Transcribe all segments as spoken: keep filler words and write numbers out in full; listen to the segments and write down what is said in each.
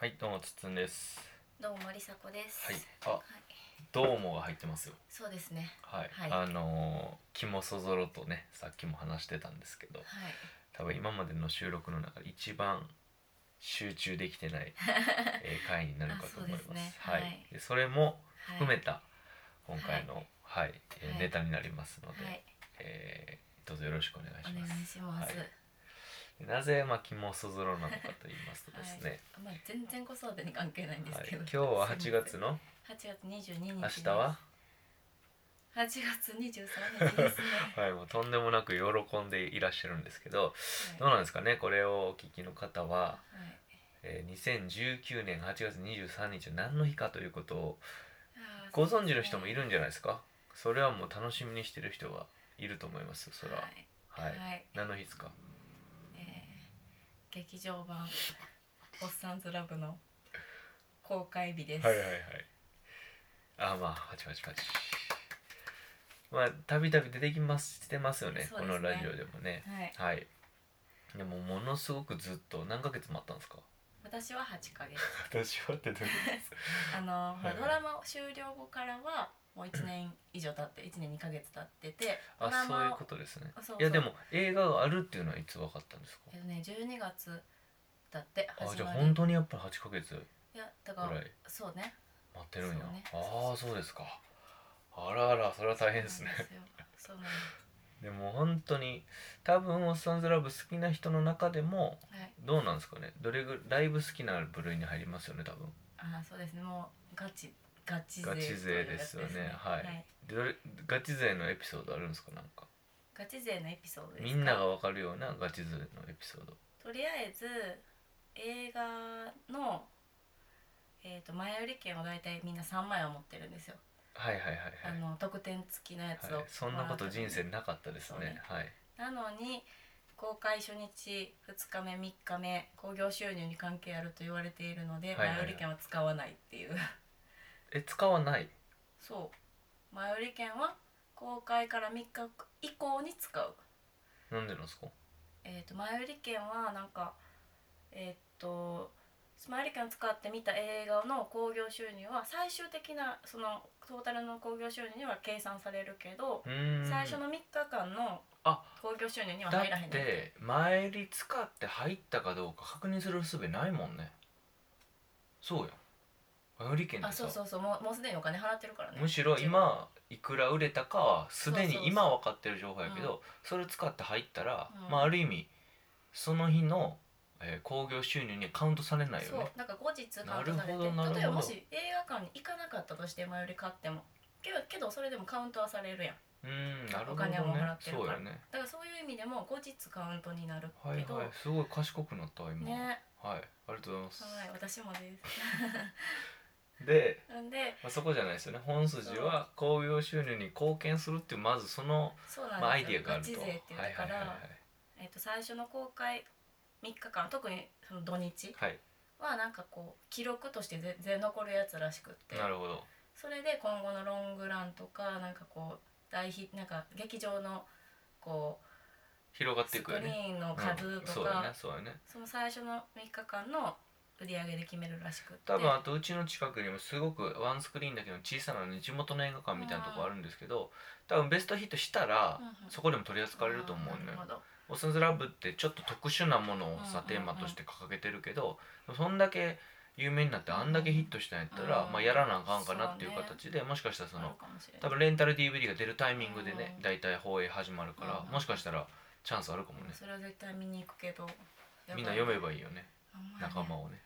はい、どうもつつんです。 どうもりさこです。 はい、あ、 はい、 どうもが入ってますよ。 そうですね。 はい、 はいあのー、気もそぞろとね、さっきも話してたんですけど、 はい。 多分今までの収録の中で一番集中できてない、えー回になるあ、 かとそう思います。 ですね。 はい、 はい。 でそれもはい。 含めた今回の、はい、えーはいネタになりますので、 はい。 えーどうぞよろしくお願いお願します。 いします。 ははい。 い、なぜ、まあ、気もそぞろなのかと言いますとですね、 まあ全然子育てに関係ないんですはい、 けど。 今日は8 すいません。 月のはちがつにじゅうににちです。 明日ははちがつにじゅうさんにちですね。 はい、もうとんでもなく喜んでいらっしゃるんですけど、 はい。 どうなんですかね、これをお聞きの方は、 はい。 えー、にせんじゅうきゅうねんはちがつにじゅうさんにちは何の日かということをあーご存知そうですねの人もいるんじゃないですか。それはもう楽しみにしてる人はいると思います。それは、 はい。 はい、 はい。 何の日ですか。 えー、劇場版おっさんずラブの公開日です。 はいはいはい。あ、まあはちはちはち、まあたびたび出てきますしてますよね、 そうですねこのラジオでもね。 はい。 はい、でもものすごくずっと何ヶ月待ったんですか。 私ははちかげつ。 私はってどういうことですか。 あの、 はいはいまあ、ドラマ終了後からはもういちねん以上経っていちねんにかげつ経っててドあ、 ラマをそういうことですね。 そうそういやでも映画があるっていうのはいつ分かったんですか。 えっとねじゅうにがつだってあ、じゃあ始まり。 本当にやっぱりはちかげついやだからぐらいそうね。 待ってるんや。 そうねああ、そうですか。あらあら、それは大変ですね。 そうなんですよ。 でも本当に多分おっさんずラブ好きな人の中でもそうなんです。 どうなんですかね。どれぐらいだいぶ好きな部類に入りますよね、多分。 はい。あそうですね。もうガチガチ勢ガチ勢ですよね。はい。 はい。 でどれガチ勢のエピソードあるんですか、なんか。 ガチ勢のエピソードですか。 みんながわかるようなガチ勢のエピソード。 とりあえず映画のえー、と前売り券を大体みんなさんまいは持ってるんですよ。 はいはいはいはい。 あの特典付きのやつをもらはい、そんなこと人生なかったですね。 そうねはい。 なのに公開初日ふつかめみっかめ興行収入に関係あると言われているので、 はいはいはい前売り券は使わないっていうえ、使わない。 そう前売り券は公開からみっか以降に使う。 なんでなんですか。 えー、と前売り券はなんかえっ、と前売り券を使って見た映画の興行収入は最終的なそのトータルの興行収入には計算されるけど、 うーん。 最初のみっかかんのあ、 興行収入にはだ入らへんねん。 って前売り使って入ったかどうか確認する術ないもんね。そうやん。前売り券っあてさ、 そうそうそうもうもうすでにお金払ってるからね。 むしろ今いくら売れたかはすでそうそうそうに今分かってる情報やけど、 うんそれ使って入ったら、 うんまあある意味その日のえー興行収入にカウントされないよそうね。 なんか後日カウントされなるほどなるほどて、例えばもし映画館に行かなかったとして前売り買ってもけどけどそれでもカウントはされるやん。 うーん、なるほどお金はもうね。 払ってるからそうやね。 だからそういう意味でも後日カウントになるけど、 はいはい、すごい賢くなったわ今。 ねはい、ありがとうございます。 はい私もですで、 なんでまあ、そこじゃないですよね。本筋は興行収入に貢献するっていうまずその、 そうなんですよ、 まあ、アイディアがあると。 ガチ勢っていうだから、 はいはいはいはい。 えっと最初の公開みっかかん特にその土日はい、 はなんかこう記録として全然残るやつらしくって、 なるほど。 それで今後のロングランとかなんかこう大ヒなんか劇場のこう広がっていくよね。 スクリーンの数とか、 うん、そうやねそうやね。 その最初のみっかかんの売り上げで決めるらしくって、 多分あとうちの近くにもすごくワンスクリーンだけど小さな、ね、地元の映画館みたいなとこあるんですけど、多分ベストヒットしたら、 うんうんそこでも取り扱われると思うのよ。 なるほどオスンズラブってちょっと特殊なものをさ、 うんうんうんテーマとして掲げてるけど、そんだけ有名になってあんだけヒットしたんやったら、 うんまあ、やらなあかんかなっていうそうね形で、もしかしたらそあるのかもしれない多分レンタル ディーブイディー が出るタイミングでね、 うんだいたい放映始まるから、 うんもしかしたらチャンスあるかもね。 それは絶対見に行くけどみんな読めばいいよね、 ほんまやね仲間をね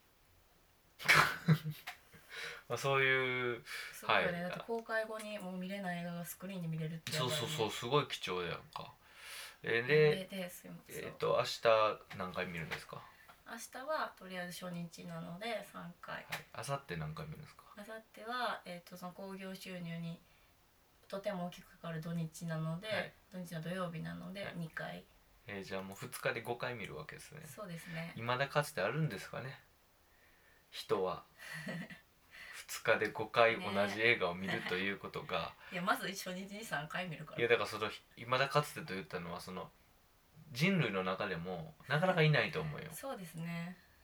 まあそういう、 すごいよね、 はいだって公開後にもう見れない映画がスクリーンで見れるってやばいよね。 そうそうそう、すごい貴重やんか。えーでで、 ですよえっ、と明日何回見るんですか。 明日はとりあえず初日なのでさんかい、 はい、明後日何回見るんですか。 明後日は、えー、とその興行収入にとても大きく関わる土日なので、 はい土日の土曜日なのではいにかい、 えーじゃあもうふつかでごかい見るわけですね。 そうですね。 未だかつてあるんですかね、人はふつかでごかい同じ映画を見るということが、 いやまず初日にさんかい見るから。 いやだからその未だかつてと言ったのはその人類の中でもなかなかいないと思うよ。 そうですね。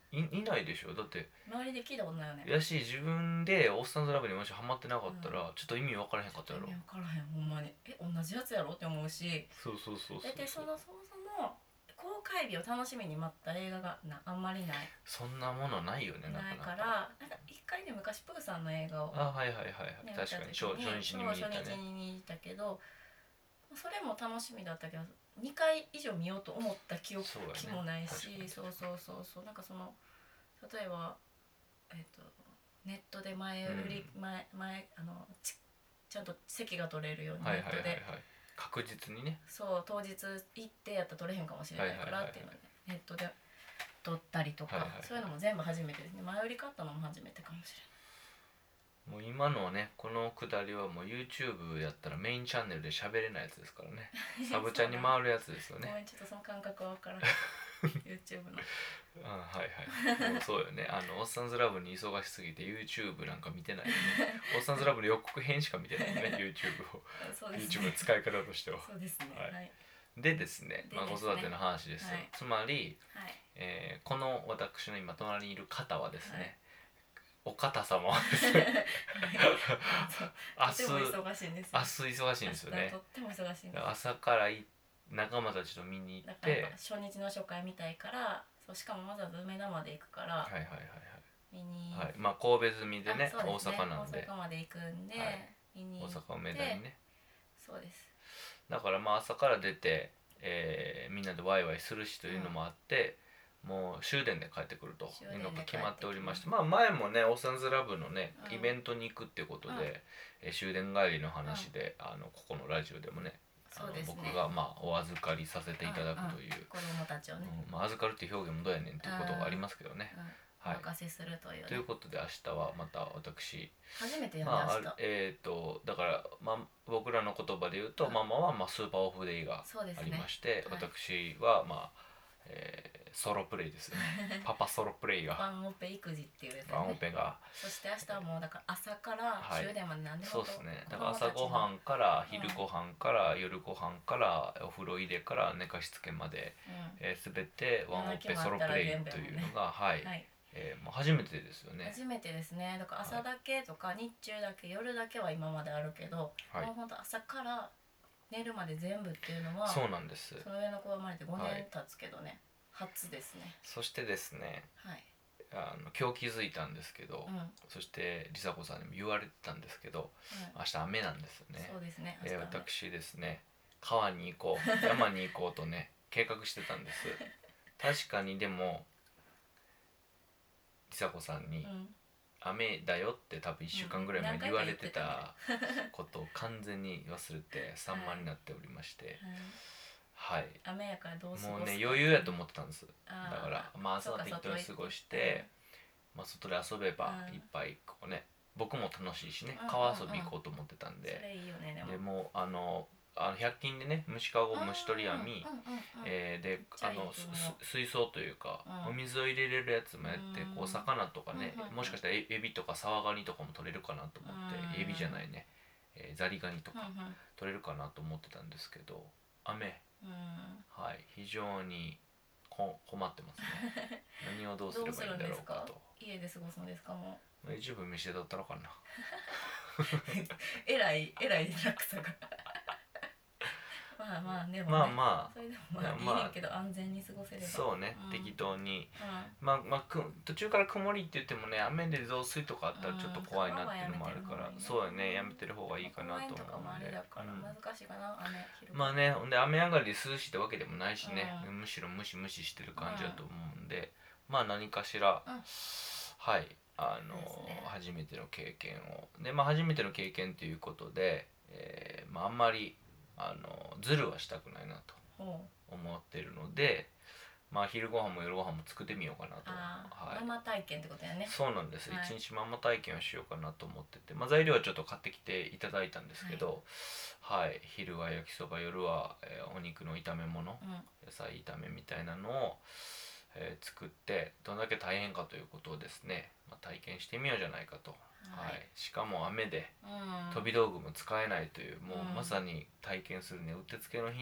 い, いないでしょ。だって周りで聞いたことないよね。 やし、自分でオッサンズラブにもしハマってなかったら、うん、ちょっと意味分からへんかったやろ。 意味分からへん、ほんまに。え、同じやつやろって思うし。 そうそうそうそう。 でそのそもそも公開日を楽しみに待った映画がなあんまりない。 そんなものないよね。 ないから、なんか一回ね昔プーさんの映画を、 あ、はいはいはい、ね、確かに初日に見に行ったね。 初日に見に行ったけど、それも楽しみだったけどにかい以上見ようと思った記憶もないし、そう、ね、そうそうそう、なんかその例えば、えー、とネットで前売り、うん、前前あの ち, ちゃんと席が取れるようにネットで、はいはいはいはい、 確実にね、 そう当日行ってやったら取れへんかもしれないからっていうので、ネットで撮ったりとか、はいはいはい、そういうのも全部初めてですね。前売り買ったのも初めてかもしれない。 もう今のはね、このくだりはもう YouTube やったらメインチャンネルで喋れないやつですからね。サブチャンに回るやつですよね。 ごめん、ちょっとその感覚は分からんYouTube のうん、はいはい。もうそうよね。あのオッサンズラブに忙しすぎて YouTube なんか見てないよね。オッサンズラブの予告編しか見てないねYouTube を。そうですね、YouTube の使い方としては。 そうですね、はい、はい、 でですね、まあ、子育ての話です、はい、つまり、 はい、 えー、この私の今隣にいる方はですね、はい、お方様はですね明日とても忙しいんですよ。 明日忙しいんですよね。 とっても忙しいんです。 朝から仲間たちと見に行って、 初日の初回見たいから、そうしかもわざわざ梅田まで行くから、 はいはいはいはい、 見に、 はい、まあ神戸済みで ね, でね大阪なんで大阪まで行くんで、はい、見に行って、 大阪梅田にね。 そうです。 だからまあ朝から出て、えー、みんなでワイワイするしというのもあって、うん、もう終電で帰ってくるというのが決まっておりまして、まあ前もねオッサンズラブのね、うん、イベントに行くっていうことで、うんえー、終電帰りの話で、うん、あのここのラジオでもね、 そうですね、 僕がまあお預かりさせていただくという、うんうん、 子供たちをね、 うんまあ、預かるっていう表現もどうやねんっていうことがありますけどね、 うんはい、お任せするという、ね、 ということで明日はまた私初めてやりました、 まあ、えーとだから、まあ、僕らの言葉で言うと、うん、ママはまあスーパーオフデイがありまして、ねはい、私はまあ、えー、ソロプレイですよねパパソロプレイがワンオペ育児っていうやつ、ね、 ワンオペがそして明日はもうだから朝から終電まで何でも、 はい、そうですね。だから朝ごはんから昼ごはんから、うん、夜ごはんからお風呂入れから寝かしつけまで、うんえー、全てワンオペソロプレイというのが、はい、はいえー、もう初めてですよね。 初めてですね。だから朝だけとか、はい、日中だけ夜だけは今まであるけど、はい、もうほんと朝から寝るまで全部っていうのはそうなんです。 その上の子が生まれてごねん経つけどね、はい、初ですね。 そしてですね、 はい、 あの今日気づいたんですけど、 うん、 そして梨紗子さんにも言われてたんですけど、うん、明日雨なんですよね。 そうですね。 えー、私ですね川に行こう山に行こうとね計画してたんです。確かにでも梨紗子さんに、うん、雨だよって多分いっしゅうかんぐらい前に言われてたことを完全に忘れて散漫になっておりまして、はい、はい、 雨やからどう過ごすかもうね余裕やと思ってたんです。だからまあ朝だって一旦過ごして、まあ、外で遊べばいっぱいこうね僕も楽しいしね、うん、川遊び行こうと思ってたんで、 それいいよね。でもでもあのあのひゃく均でね虫かご虫取り網、えー、であの水槽というか、うん、お水を入れれるやつもやってこう魚とかね、うん、もしかしたらエビとかサワガニとかも取れるかなと思って、うん、エビじゃないね、えー、ザリガニとか取れるかなと思ってたんですけど雨、うん、はい非常にこ困ってますね。何をどうすればいいんだろうかと。 家で過ごすんですかもう YouTube 見せてだったのかなえらいえらい落差がまあまあでも、ね、 まあまあそれでもまあいいけど安全に過ごせればそうね、 うん、 適当に、 うん、 まあまあく途中から曇りって言ってもね雨で増水とかあったらちょっと怖いなっていうのもあるから、うん、そうやねやめてる方がいいかなと思うんで、 だから難しいかな、うん、雨昼まあねほんで雨上がりで涼しいってわけでもないしね、うん、むしろムシムシしてる感じだと思うんで、うん、まあ何かしら、うん、はいあの、ね、初めての経験をでまあ初めての経験ということで、えー、まああんまりあのズルはしたくないなと思ってるので、まあ昼ご飯も夜ご飯も作ってみようかなと。 はい、ママ体験ってことやね。 そうなんです、はい、一日ママ体験をしようかなと思ってて、まあ、材料はちょっと買ってきていただいたんですけど、はい、はい、昼は焼きそば夜は、えー、お肉の炒め物、うん、野菜炒めみたいなのを、えー、作ってどんだけ大変かということをですね、まあ、体験してみようじゃないかと。はい、しかも雨で、うん、飛び道具も使えないというもうまさに体験するねうってつけの日に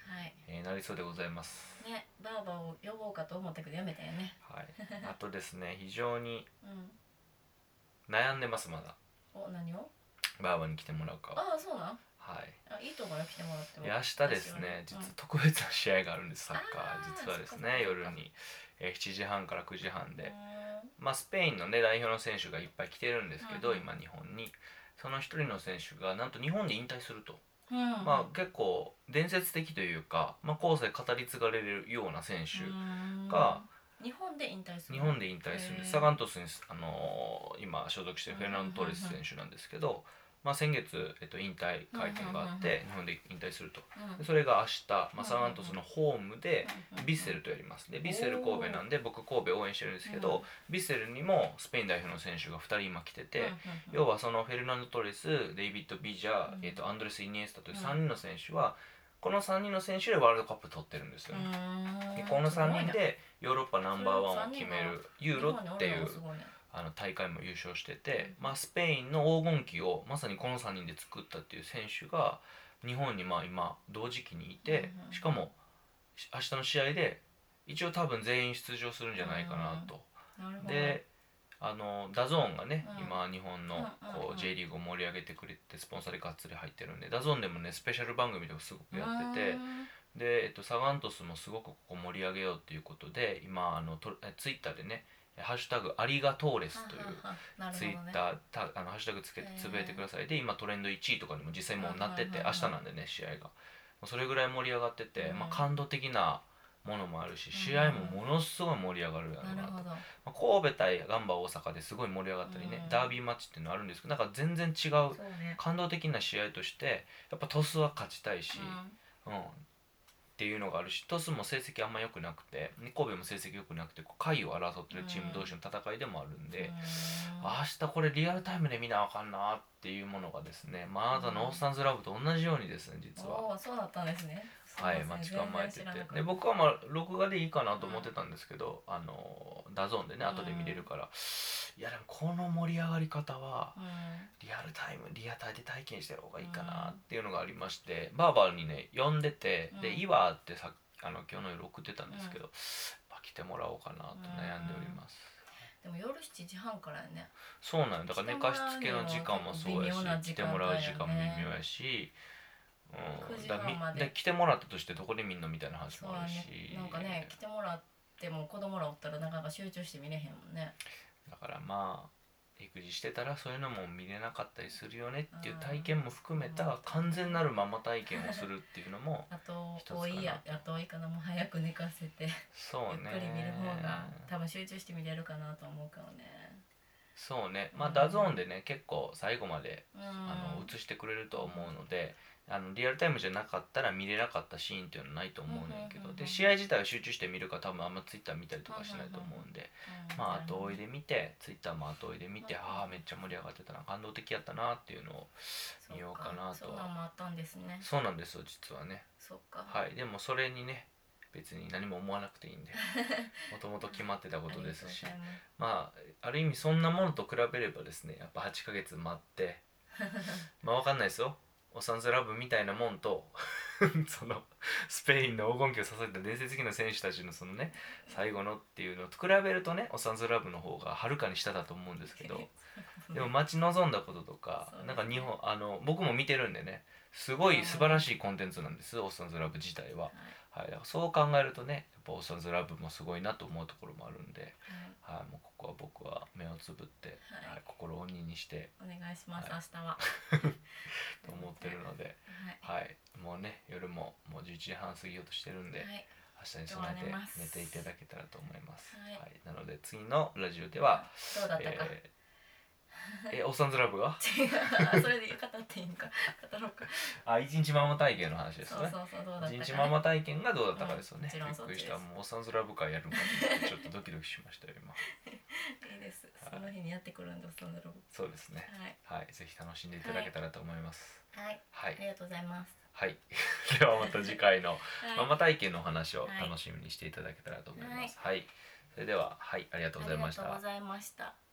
はいえーなりそうでございます。 ね、バーバーを呼ぼうかと思ったけどやめたよね。 はい、あとですね非常にうん悩んでますまだお何をバーバーに来てもらうかを。 ああそうなん。 はいあいいと思うよ来てもらっても。 で明日ですね実は特別な試合があるんですサッカあーー実はですそっかそっかね夜に、えーしちじはんからくじはんで、 うーんまあ、スペインのね代表の選手がいっぱい来てるんですけど、 うんうん今日本にその一人の選手がなんと日本で引退すると、 うんまあ結構伝説的というか、まあ、後世語り継がれるような選手が日本で引退する日本で引退するんです。 へーサガン鳥栖に、あのー今所属しているフェルナンド・トレス選手なんですけど、まあ、先月、えっと、引退会見があって日本で引退すると。でそれが明日、まあ、サガン鳥栖のホームでビッセルとやります。でビッセル神戸なんで僕神戸応援してるんですけど、ビッセルにもスペイン代表の選手がふたり今来てて、要はそのフェルナンド・トレス、デイビッド・ビジャー、えっと、アンドレス・イニエスタというさんにんの選手はこのさんにんの選手でワールドカップ取ってるんですよね。でこのさんにんでヨーロッパナンバーワンを決めるユーロっていうあの大会も優勝してて、まあ、スペインの黄金期をまさにこのさんにんで作ったっていう選手が日本にまあ今同時期にいて、しかも明日の試合で一応多分全員出場するんじゃないかなと。であのダゾーンがね、 うん今日本のうんこうんうんう J リーグを盛り上げてくれてスポンサーでがっつり入ってるんで、ダゾーンでもねスペシャル番組とかすごくやってて、で、えっと、サガン鳥栖もすごくここ盛り上げようっていうことで今あのとツイッターでね「ハッシュタグありがとうレス」というツイッターたあのハッシュタグつけてつぶやいてください。で今トレンドいちいとかにも実際もうなってて、明日なんでね試合がそれぐらい盛り上がってて、まあ、感動的なものもあるし試合もものすごい盛り上がるやろうなと。まあ、神戸対ガンバ大阪ですごい盛り上がったりね、ダービーマッチっていうのあるんですけど、なんか全然違う感動的な試合としてやっぱ鳥栖は勝ちたいし、うん、っていうのがあるし、鳥栖も成績あんま良くなくて神戸も成績良くなくて下位を争ってるチーム同士の戦いでもあるんで、明日これリアルタイムで見なあかんなっていうものがですね、まあ、あなたのオーサンズラブと同じようにですね実は。 おーそうだったんですね。 はい待ち構えてて、で僕はまあ録画でいいかなと思ってたんですけど、あのダゾーンでね後で見れるから、いやでもこの盛り上がり方はリアルタイムリアタイで体験してる方がいいかなっていうのがありまして、バーバーにね呼んでて、で「いいわ」ってさあの今日の夜送ってたんですけど、まあ来てもらおうかなと悩んでおります。 でも夜しちじはんからやね。 そうなんよ、だから寝かしつけの時間もそうやし来てもらう時間も微妙やし、うん、だみで来てもらったとしてどこで見んのみたいな話もあるし、 なんかね来てもらっても子供らおったらなかなか集中して見れへんもんね。 だからまあ育児してたらそういうのも見れなかったりするよねっていう体験も含めた完全なるママ体験をするっていうのもあと多いやあと多いかな、もう早く寝かせてそうねゆっくり見る方が多分集中して見れるかなと思うからね。 そうね、まあダゾーンでね結構最後まで、 うん、 あの映してくれると思うので、あのリアルタイムじゃなかったら見れなかったシーンっていうのはないと思うねんけど、で試合自体を集中して見るか多分あんまツイッター見たりとかしないと思うんで、まあ後追いで見てツイッターも後追いで見て、ああめっちゃ盛り上がってたな感動的やったなっていうのを見ようかなとは。 そうなんもあったんですね。 そうなんですよ実はね。 そっか。 はい、でもそれにね別に何も思わなくていいんでもともと決まってたことですしまあある意味そんなものと比べればですねやっぱはちかげつ待ってまあわかんないですよ、オサンズラブみたいなもんとそのスペインの黄金期を支えた伝説的な選手たちのそのね最後のっていうのと比べるとねオサンズラブの方がはるかに下だと思うんですけどでも待ち望んだこととか、ね、なんか日本あの僕も見てるんでねすごい素晴らしいコンテンツなんですオッサンズラブ自体は、はいはい、だからそう考えるとねやっぱオッサンズラブもすごいなと思うところもあるんで、はいはい、もうここは僕は目をつぶって、はいはい、心を鬼にしてお願いします、はい、明日はと思ってるので、はいはい、もうね夜ももうじゅういちじはん過ぎようとしてるんで、はい、明日に備えて寝ていただけたらと思います、はいはい、なので次のラジオでは、 どうだったか、 えーえ、オッサンズラブが違う、それで語っていいんか語ろうか。 あ、一日ママ体験の話ですね。 そうそうそう、どうだったか、ね、 一日ママ体験がどうだったかですよね。 うん、 びっくりした。もうオッサンズラブ会やるんかってちょっとドキドキしましたよ今。 いいです。その日にやってくるんでオッサンズラブ。 そうですね。はい、はい、ぜひ楽しんでいただけたらと思います。 はい。はい。ありがとうございます。 はい。ではまた次回のママ体験の話を楽しみにしていただけたらと思います。はい。はい、それでははい、ありがとうございました。 ありがとうございました。